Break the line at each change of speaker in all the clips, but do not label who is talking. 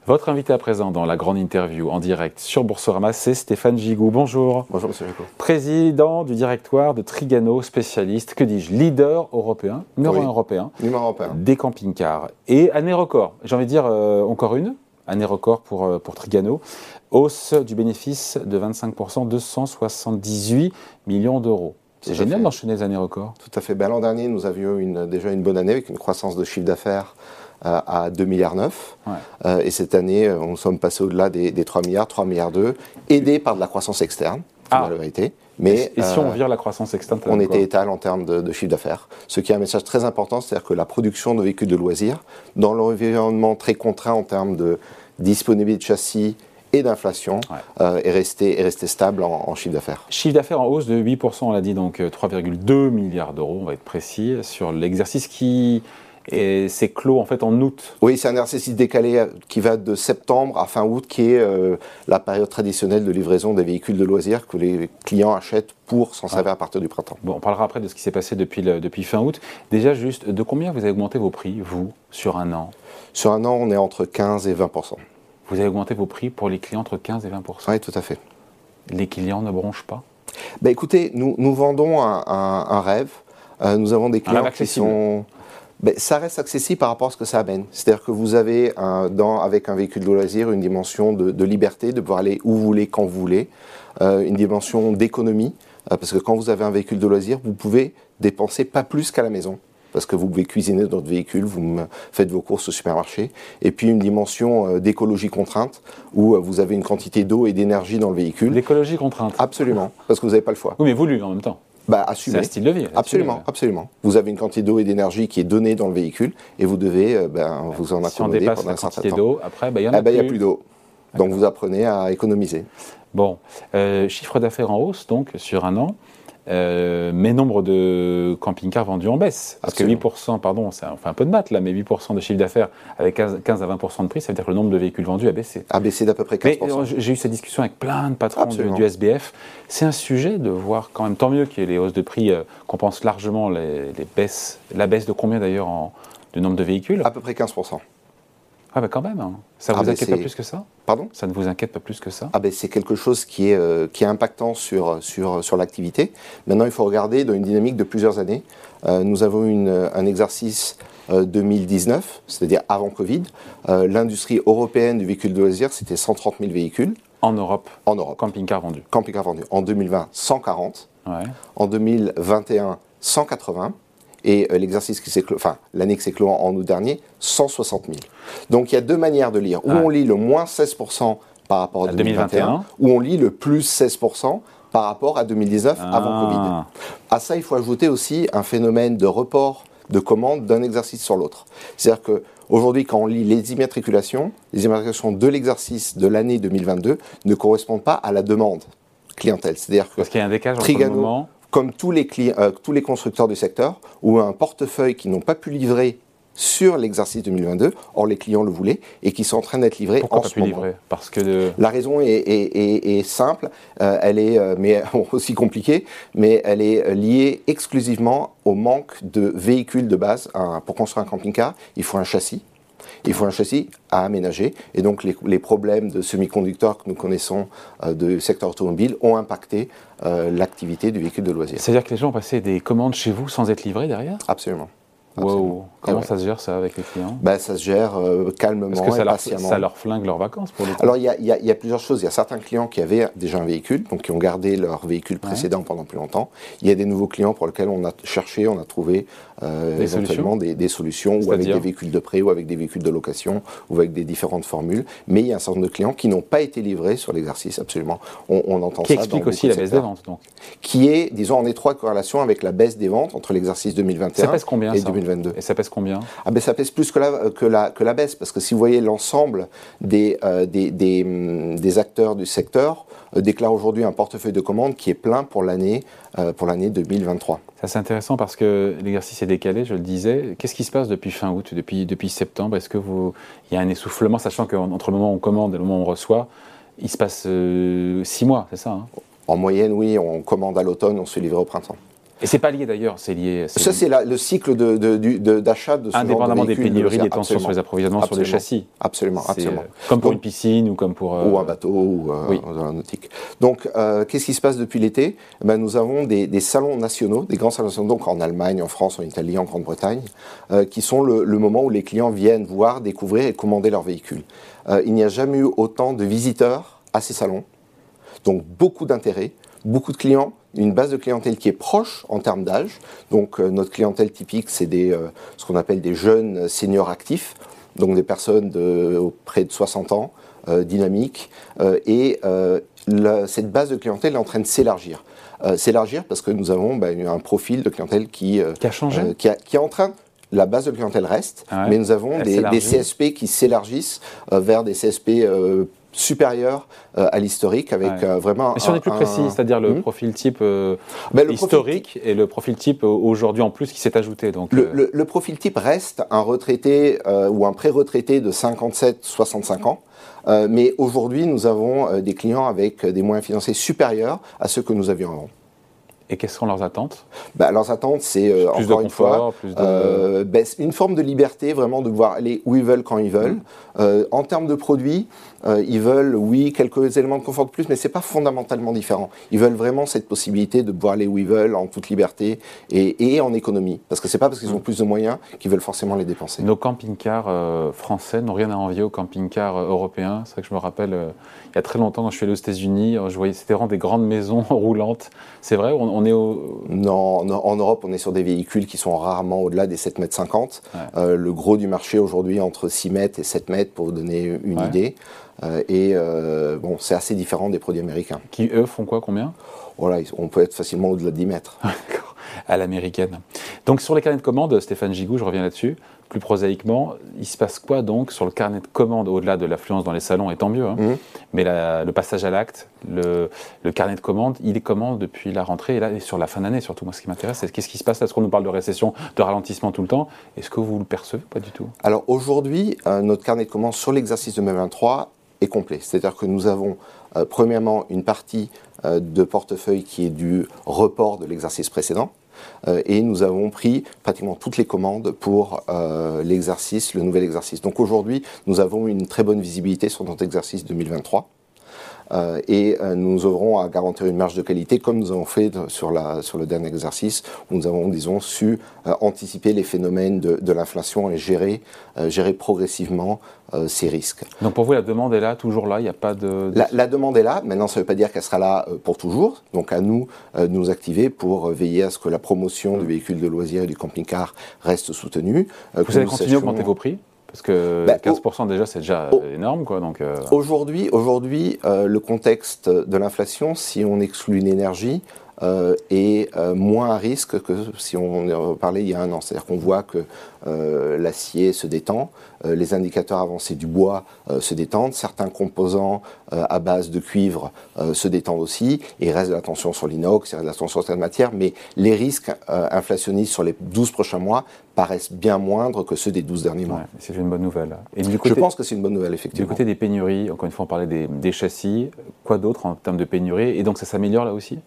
Votre invité à présent dans la grande interview en direct sur Boursorama, c'est Stéphane Gigou. Bonjour.
Bonjour Monsieur Rico.
Président du directoire de Trigano, spécialiste, que dis-je, leader européen, numéro 1 européen, des camping-cars. Et année record, j'ai envie de dire encore une année record pour Trigano. Hausse du bénéfice de 25%, 278 millions d'euros. C'est génial d'enchaîner les années records.
Tout à fait. L'an dernier, nous avions déjà une bonne année avec une croissance de chiffre d'affaires à 2,9 milliards. Ouais. Et cette année, nous sommes passés au-delà des 3 milliards, 3,2 milliards, aidés par de la croissance externe, la vérité. Mais,
et si on vire la croissance externe,
on était étal en termes de chiffre d'affaires. Ce qui est un message très important, c'est-à-dire que la production de véhicules de loisirs, dans l'environnement très contraint en termes de disponibilité de châssis et d'inflation, est resté stable en chiffre d'affaires.
Chiffre d'affaires en hausse de 8%, on l'a dit, donc 3,2 milliards d'euros, on va être précis, sur l'exercice qui s'est clos en fait en août.
Oui, c'est un exercice décalé qui va de septembre à fin août, qui est la période traditionnelle de livraison des véhicules de loisirs que les clients achètent pour s'en servir à partir du printemps.
Bon, on parlera après de ce qui s'est passé depuis fin août. Déjà, juste, de combien vous avez augmenté vos prix, vous, sur un an ?
Sur un an, on est entre 15 et 20%.
Vous avez augmenté vos prix pour les clients entre 15 et 20%.
Oui, tout à fait.
Les clients ne bronchent pas ?
Écoutez, nous vendons un rêve. Nous avons des clients qui sont... ça reste accessible par rapport à ce que ça amène. C'est-à-dire que vous avez, avec un véhicule de loisir, une dimension de liberté, de pouvoir aller où vous voulez, quand vous voulez, une dimension d'économie, parce que quand vous avez un véhicule de loisir, vous pouvez dépenser pas plus qu'à la maison. Parce que vous pouvez cuisiner dans votre véhicule, vous faites vos courses au supermarché. Et puis une dimension d'écologie contrainte, où vous avez une quantité d'eau et d'énergie dans le véhicule.
L'écologie contrainte ?
Absolument, parce que vous n'avez pas le choix.
Oui, mais voulu en même temps.
Assumer.
C'est un style de vie.
Absolument. Vous avez une quantité d'eau et d'énergie qui est donnée dans le véhicule, et vous devez vous en accommoder pendant un certain temps.
Si on dépasse la quantité d'eau, après, il y en a plus.
Il n'y a plus d'eau. Donc vous apprenez à économiser.
Bon, chiffre d'affaires en hausse, donc, sur un an. Mais nombre de camping-cars vendus en baisse. Parce que 8%, pardon, on fait un peu de maths là, mais 8% de chiffre d'affaires avec 15 à 20% de prix, ça veut dire que le nombre de véhicules vendus a baissé.
A baissé d'à peu près 15%.
Mais j'ai eu cette discussion avec plein de patrons du SBF. C'est un sujet de voir quand même, tant mieux qu'il y ait les hausses de prix compensent largement les baisses. La baisse de combien d'ailleurs du nombre de véhicules ?
À peu près 15%.
Ah quand même, hein. Ça ne vous inquiète pas plus que ça ?
Pardon ?
Ça ne vous inquiète pas plus que ça ?
C'est quelque chose qui est impactant sur l'activité. Maintenant, il faut regarder dans une dynamique de plusieurs années. Nous avons un exercice 2019, c'est-à-dire avant Covid. L'industrie européenne du véhicule de loisirs, c'était 130 000 véhicules.
En Europe.
Camping-cars vendus. En 2020, 140. Ouais. En 2021, 180. Et l'exercice l'année qui s'est clos en août dernier, 160 000. Donc il y a deux manières de lire. Où on lit le moins 16% par rapport à 2021, ou on lit le plus 16% par rapport à 2019 avant Covid. À ça, il faut ajouter aussi un phénomène de report de commandes d'un exercice sur l'autre. C'est-à-dire qu'aujourd'hui, quand on lit les immatriculations de l'exercice de l'année 2022 ne correspondent pas à la demande clientèle. C'est-à-dire que
parce qu'il y a un décalage entre le moment...
Comme tous les constructeurs du secteur, ou un portefeuille qui n'ont pas pu livrer sur l'exercice 2022, or les clients le voulaient, et qui sont en train d'être livrés en ce moment.
Parce que
La raison est simple, elle est mais aussi compliquée, mais elle est liée exclusivement au manque de véhicules de base. Pour construire un camping-car, il faut un châssis. Il faut un châssis à aménager, et donc les problèmes de semi-conducteurs que nous connaissons du secteur automobile ont impacté l'activité du véhicule de loisir.
C'est-à-dire que les gens ont passé des commandes chez vous sans être livrés derrière ?
Absolument.
Wow. Comment ça se gère ça avec les clients ?
Ça se gère calmement et patiemment.
Ça leur flingue leurs vacances pour le coup ?
Alors il y a plusieurs choses. Il y a certains clients qui avaient déjà un véhicule, donc qui ont gardé leur véhicule précédent pendant plus longtemps. Il y a des nouveaux clients pour lesquels on a cherché, on a trouvé éventuellement des solutions, ou avec des véhicules de prêt, ou avec des véhicules de location, ou avec des différentes formules. Mais il y a un certain nombre de clients qui n'ont pas été livrés sur l'exercice, absolument. On entend ça.
Qui explique aussi la baisse des ventes, donc.
Qui est, disons, en étroite corrélation avec la baisse des ventes entre l'exercice 2021 et 2022.
Et ça pèse combien ?
Ça pèse plus que la baisse, parce que si vous voyez l'ensemble des acteurs du secteur déclarent aujourd'hui un portefeuille de commandes qui est plein pour l'année 2023.
Ça, c'est intéressant parce que l'exercice est décalé, je le disais. Qu'est-ce qui se passe depuis fin août, depuis septembre ? Est-ce qu'il y a un essoufflement, sachant qu'entre le moment où on commande et le moment où on reçoit, il se passe 6 mois, c'est ça, hein ?
En moyenne, oui, on commande à l'automne, on se livre au printemps.
Et c'est pas lié d'ailleurs, c'est lié.
Ça, c'est le cycle d'achat de ce genre de véhicule.
Indépendamment des pénuries, des tensions sur les approvisionnements sur les châssis.
Absolument.
Comme pour une piscine ou comme pour...
Ou un bateau ou un nautique. Donc, qu'est-ce qui se passe depuis l'été? Nous avons des salons nationaux, des grands salons nationaux, donc en Allemagne, en France, en Italie, en Grande-Bretagne, qui sont le moment où les clients viennent voir, découvrir et commander leur véhicule. Il n'y a jamais eu autant de visiteurs à ces salons, donc beaucoup d'intérêt, beaucoup de clients, une base de clientèle qui est proche en termes d'âge. Donc notre clientèle typique, c'est ce qu'on appelle des jeunes seniors actifs, donc des personnes près de 60 ans, dynamiques, cette base de clientèle est en train de s'élargir. S'élargir parce que nous avons un profil de clientèle qui
a changé,
qui est en train. La base de clientèle reste, mais nous avons des CSP qui s'élargissent vers des CSP supérieurs à l'historique, avec vraiment...
Mais si on est plus précis, c'est-à-dire le profil type historique et le profil type aujourd'hui en plus qui s'est ajouté. Donc,
le profil type reste un retraité ou un pré-retraité de 57-65 ans. Mais aujourd'hui, nous avons des clients avec des moyens financiers supérieurs à ceux que nous avions avant.
Et quelles sont leurs attentes?
Leurs attentes, c'est encore une fois une forme de liberté, vraiment de pouvoir aller où ils veulent, quand ils veulent. En termes de produits, ils veulent, quelques éléments de confort de plus, mais ce n'est pas fondamentalement différent. Ils veulent vraiment cette possibilité de pouvoir aller où ils veulent, en toute liberté et en économie. Parce que ce n'est pas parce qu'ils ont plus de moyens qu'ils veulent forcément les dépenser.
Nos camping-cars français n'ont rien à envier aux camping-cars européens. C'est vrai que je me rappelle, il y a très longtemps, quand je suis allé aux États-Unis, je voyais c'était vraiment des grandes maisons roulantes. C'est vrai, on est au...
Non, en Europe, on est sur des véhicules qui sont rarement au-delà des 7,50 m. Le gros du marché aujourd'hui, entre 6 mètres et 7 mètres, pour vous donner une idée. C'est assez différent des produits américains.
Qui, eux, font quoi, combien?
Voilà, on peut être facilement au-delà de 10 mètres.
D'accord, à l'américaine. Donc sur les carnets de commandes, Stéphane Gigou, je reviens là-dessus, plus prosaïquement, il se passe quoi donc sur le carnet de commandes, au-delà de l'affluence dans les salons, et tant mieux, mais le passage à l'acte, le carnet de commandes, il est comment depuis la rentrée et sur la fin d'année surtout? Moi, ce qui m'intéresse, c'est qu'est-ce qui se passe? Est-ce qu'on nous parle de récession, de ralentissement tout le temps? Est-ce que vous le percevez? Pas du tout.
Alors aujourd'hui, notre carnet de commandes sur l'exercice 2023 est complet. C'est-à-dire que nous avons premièrement une partie de portefeuille qui est du report de l'exercice précédent. Et nous avons pris pratiquement toutes les commandes pour le nouvel exercice. Donc aujourd'hui, nous avons une très bonne visibilité sur notre exercice 2023. Nous aurons à garantir une marge de qualité comme nous avons fait sur le dernier exercice, où nous avons, disons, su anticiper les phénomènes de l'inflation et gérer progressivement ces risques.
Donc pour vous, la demande est là, toujours là, il n'y a pas de...
La demande est là, maintenant ça ne veut pas dire qu'elle sera là pour toujours, donc à nous de nous activer pour veiller à ce que la promotion du véhicule de loisirs et du camping-car reste soutenue.
Vous allez continuer à augmenter vos prix ? Parce que 15% déjà, c'est déjà énorme, quoi. Donc,
Aujourd'hui, le contexte de l'inflation, si on exclut l'énergie, est moins à risque que si on parlait il y a un an. C'est-à-dire qu'on voit que l'acier se détend, les indicateurs avancés du bois se détendent, certains composants à base de cuivre se détendent aussi, et il reste de la tension sur l'inox, il reste de la tension sur certaines matières, mais les risques inflationnistes sur les 12 prochains mois paraissent bien moindres que ceux des 12 derniers mois.
Ouais, c'est une bonne nouvelle. Et
je pense que c'est une bonne nouvelle, effectivement.
Du côté des pénuries, encore une fois, on parlait des châssis, quoi d'autre en termes de pénurie? Et donc ça s'améliore là aussi?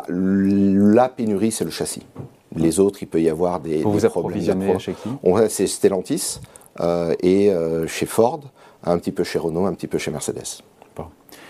La pénurie, c'est le châssis. Les autres, il peut y avoir des
vous approvisionnez chez qui?
C'est Stellantis et chez Ford, un petit peu chez Renault, un petit peu chez Mercedes.
Bon.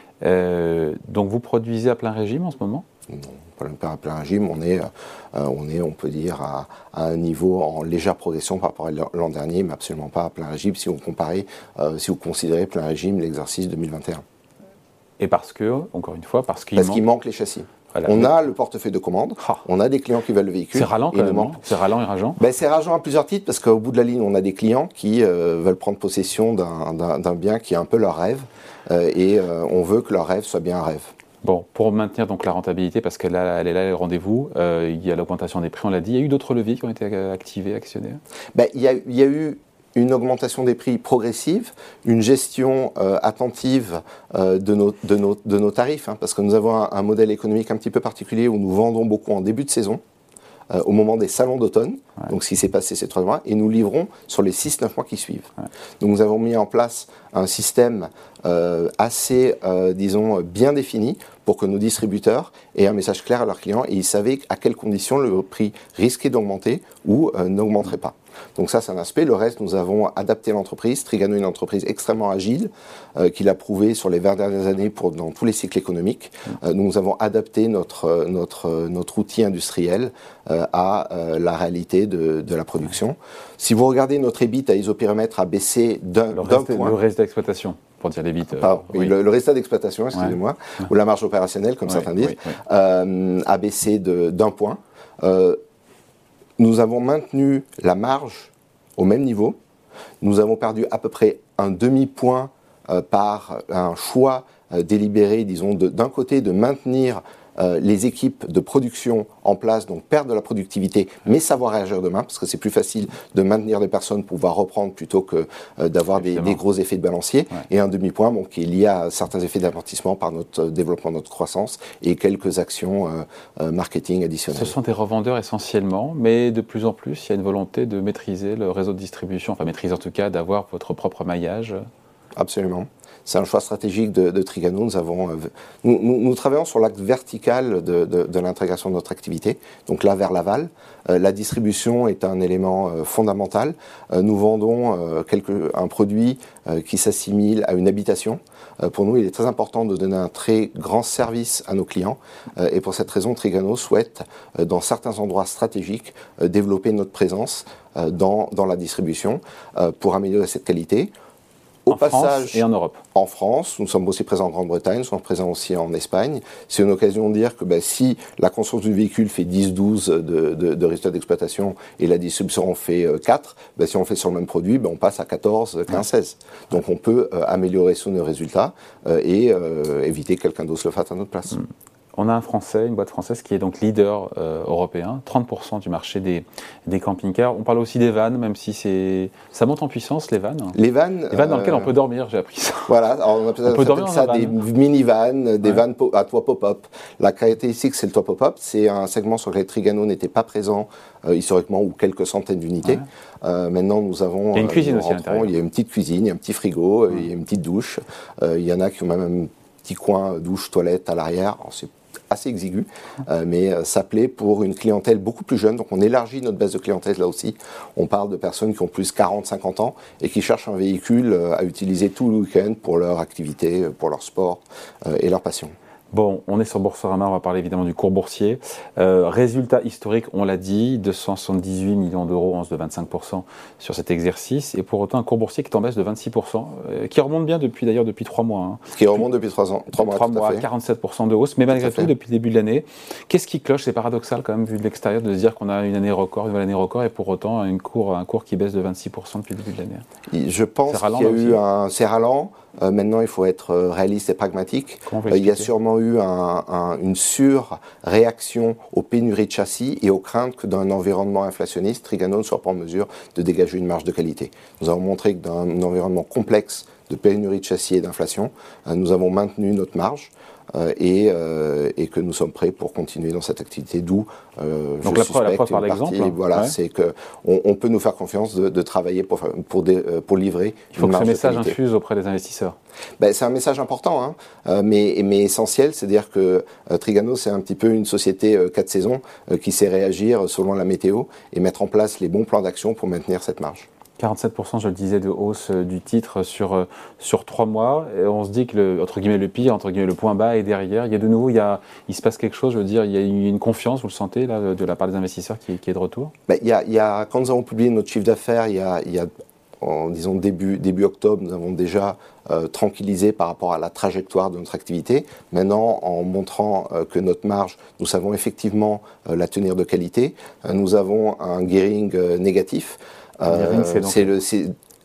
Donc vous produisez à plein régime en ce moment?
Non, pas à plein régime. On est, on peut dire, à un niveau en légère progression par rapport à l'an dernier, mais absolument pas à plein régime si vous comparez, si vous considérez plein régime l'exercice 2021.
Et parce qu'il
manque les châssis. Voilà. On a le portefeuille de commandes, on a des clients qui veulent le véhicule.
C'est ralent quand même, c'est ralent et rageant.
C'est rageant à plusieurs titres, parce qu'au bout de la ligne, on a des clients qui veulent prendre possession d'un bien qui est un peu leur rêve, et on veut que leur rêve soit bien un rêve.
Bon, pour maintenir donc la rentabilité, parce qu'elle est là, le rendez-vous, il y a l'augmentation des prix, on l'a dit. Il y a eu d'autres leviers qui ont été activés, actionnés?
Il y a eu une augmentation des prix progressive, une gestion attentive de nos tarifs, parce que nous avons un modèle économique un petit peu particulier où nous vendons beaucoup en début de saison, au moment des salons d'automne, Ouais. Donc ce qui s'est passé ces 3 mois, et nous livrons sur les 6-9 mois qui suivent. Ouais. Donc nous avons mis en place un système assez, disons, bien défini pour que nos distributeurs aient un message clair à leurs clients et ils savaient à quelles conditions le prix risquait d'augmenter ou n'augmenterait pas. Donc ça, c'est un aspect. Le reste, nous avons adapté l'entreprise. Trigano est une entreprise extrêmement agile, qui l'a prouvé sur les 20 dernières années dans tous les cycles économiques. Nous avons adapté notre outil industriel à la réalité de la production. Si vous regardez notre EBIT à isopérimètre a baissé d'un point.
Le résultat d'exploitation, pour dire l'EBIT.
Oui. Le résultat d'exploitation, excusez-moi, ou la marge opérationnelle, comme certains disent, a baissé d'1 point. Nous avons maintenu la marge au même niveau. Nous avons perdu à peu près un demi-point par un choix délibéré, disons, d'un côté de maintenir les équipes de production en place, donc perdre de la productivité, mais savoir réagir demain, parce que c'est plus facile de maintenir des personnes pour pouvoir reprendre plutôt que d'avoir des gros effets de balancier. Ouais. Et un demi-point qui est lié à certains effets d'amortissement par notre développement, notre croissance, et quelques actions marketing additionnelles.
Ce sont des revendeurs essentiellement, mais de plus en plus, il y a une volonté de maîtriser le réseau de distribution, enfin maîtriser en tout cas, d'avoir votre propre maillage.
Absolument. C'est un choix stratégique de Trigano. Nous travaillons sur l'axe vertical de l'intégration de notre activité, donc là vers l'aval. La distribution est un élément fondamental. Nous vendons un produit qui s'assimile à une habitation. Pour nous, il est très important de donner un très grand service à nos clients. Et pour cette raison, Trigano souhaite, dans certains endroits stratégiques, développer notre présence dans la distribution pour améliorer cette qualité.
Au passage, France et en Europe.
En France, nous sommes aussi présents en Grande-Bretagne, nous sommes présents aussi en Espagne. C'est une occasion de dire que si la construction du véhicule fait 10-12 de résultats d'exploitation et la distribution en fait 4, si on fait sur le même produit, on passe à 14, 15, 16. Donc on peut améliorer sur nos résultats et éviter que quelqu'un d'autre le fasse à notre place.
On a un Français, une boîte française qui est donc leader européen, 30% du marché des camping-cars. On parle aussi des vannes, même si ça monte en puissance, les vannes.
Les vannes
dans lesquelles on peut dormir, j'ai appris ça.
Voilà, alors on appelle ça des mini-vannes, des vannes à toit pop-up. La caractéristique, c'est le toit pop-up. C'est un segment sur lequel Trigano n'était pas présent historiquement, ou quelques centaines d'unités. Maintenant, nous avons...
Il y a une cuisine aussi à l'intérieur.
Il y a une petite cuisine, il y a un petit frigo, il y a une petite douche. Il y en a qui ont même un petit coin douche, toilette à l'arrière. Alors, c'est assez exigu, mais ça plaît pour une clientèle beaucoup plus jeune. Donc on élargit notre base de clientèle là aussi. On parle de personnes qui ont plus 40-50 ans et qui cherchent un véhicule à utiliser tout le week-end pour leur activité, pour leur sport et leur passion.
Bon, on est sur Boursorama, on va parler évidemment du cours boursier. Résultat historique, on l'a dit, 278 millions d'euros, en hausse de 25% sur cet exercice. Et pour autant, un cours boursier qui est en baisse de 26%, qui remonte bien depuis 3 mois. Hein.
Qui remonte depuis 3 mois,
3 mois, 47% de hausse, mais malgré tout, depuis le début de l'année. Qu'est-ce qui cloche? C'est paradoxal quand même, vu de l'extérieur, de se dire qu'on a une année record, une nouvelle année record, et pour autant, un cours qui baisse de 26% depuis le début de l'année.
Je pense qu'il y a eu c'est ralent. Maintenant, il faut être réaliste et pragmatique. Il y a sûrement eu une surréaction aux pénuries de châssis et aux craintes que dans un environnement inflationniste, Trigano ne soit pas en mesure de dégager une marge de qualité. Nous avons montré que dans un environnement complexe de pénurie de châssis et d'inflation, nous avons maintenu notre marge. Et que nous sommes prêts pour continuer dans cette activité, d'où
donc la preuve par l'exemple.
Voilà, c'est qu'on peut nous faire confiance de travailler pour livrer.
Il faut que ce message infuse auprès des investisseurs.
C'est un message important, mais essentiel, c'est-à-dire que Trigano, c'est un petit peu une société 4 saisons qui sait réagir selon la météo et mettre en place les bons plans d'action pour maintenir cette marge.
47%, je le disais, de hausse du titre sur 3 mois. Et on se dit que entre guillemets, le pire, entre guillemets, le point bas est derrière. Il y a de nouveau, il se passe quelque chose, je veux dire, il y a une confiance, vous le sentez, là, de la part des investisseurs qui est de retour?
Quand nous avons publié notre chiffre d'affaires, il y a en disons début octobre, nous avons déjà tranquillisé par rapport à la trajectoire de notre activité. Maintenant, en montrant que notre marge, nous savons effectivement la tenir de qualité, nous avons un gearing négatif.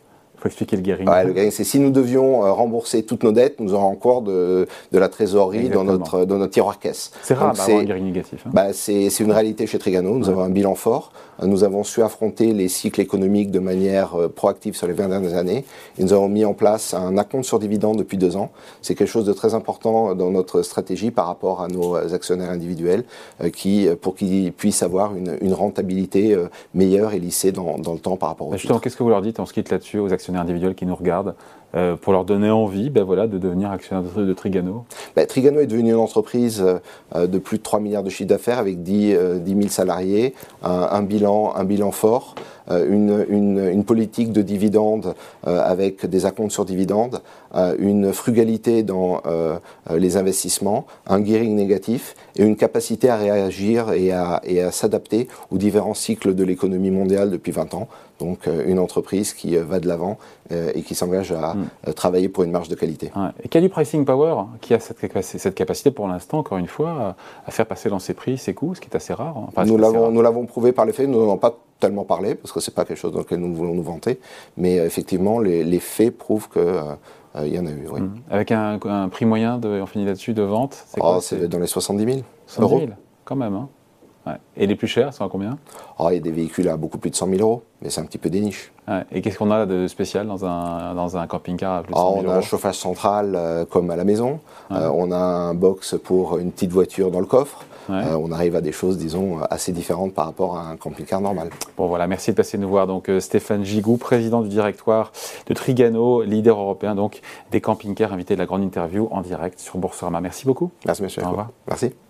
faut expliquer le gearing.
Le gearing, c'est si nous devions rembourser toutes nos dettes, nous aurons encore de la trésorerie dans notre tiroir caisse.
C'est rare d'avoir un gearing négatif.
C'est une réalité chez Trigano. Nous avons un bilan fort. Nous avons su affronter les cycles économiques de manière proactive sur les 20 dernières années. Et nous avons mis en place un acompte sur dividende depuis 2 ans. C'est quelque chose de très important dans notre stratégie par rapport à nos actionnaires individuels pour qu'ils puissent avoir une rentabilité meilleure et lissée dans le temps par rapport aux
Justement, qu'est-ce que vous leur dites, on se quitte là-dessus, aux actionnaires individuels qui nous regardent, pour leur donner envie de devenir actionnaire de Trigano?
Trigano est devenu une entreprise de plus de 3 milliards de chiffre d'affaires avec 10 000 salariés, un bilan fort, une politique de dividendes avec des acomptes sur dividendes, une frugalité dans les investissements, un gearing négatif et une capacité à réagir et à s'adapter aux différents cycles de l'économie mondiale depuis 20 ans. Donc une entreprise qui va de l'avant et qui s'engage à travailler pour une marge de qualité.
Ouais. Et qui a du pricing power, qui a cette capacité pour l'instant, encore une fois, à faire passer dans ses prix, ses coûts, ce qui est assez rare. Enfin,
nous l'avons prouvé par les faits, nous n'en avons pas tellement parlé, parce que ce n'est pas quelque chose dans lequel nous voulons nous vanter, mais effectivement, les faits prouvent que... il y en a eu, oui.
Avec un prix moyen, on finit là-dessus, de vente,
c'est dans les 70 000
euros. 70 000, quand même. Hein. Ouais. Et les plus chers, sont à combien?
Il y a des véhicules à beaucoup plus de 100 000 euros, mais c'est un petit peu des niches.
Ouais. Et qu'est-ce qu'on a de spécial dans un camping-car à plus de 100 000 euros?
On a un chauffage central comme à la maison, on a un box pour une petite voiture dans le coffre. On arrive à des choses, disons, assez différentes par rapport à un camping-car normal.
Bon voilà, merci de passer nous voir. Donc Stéphane Gigou, président du directoire de Trigano, leader européen donc des camping-cars, invité de la grande interview en direct sur Boursorama. Merci beaucoup.
Merci monsieur.
Au revoir.
Merci.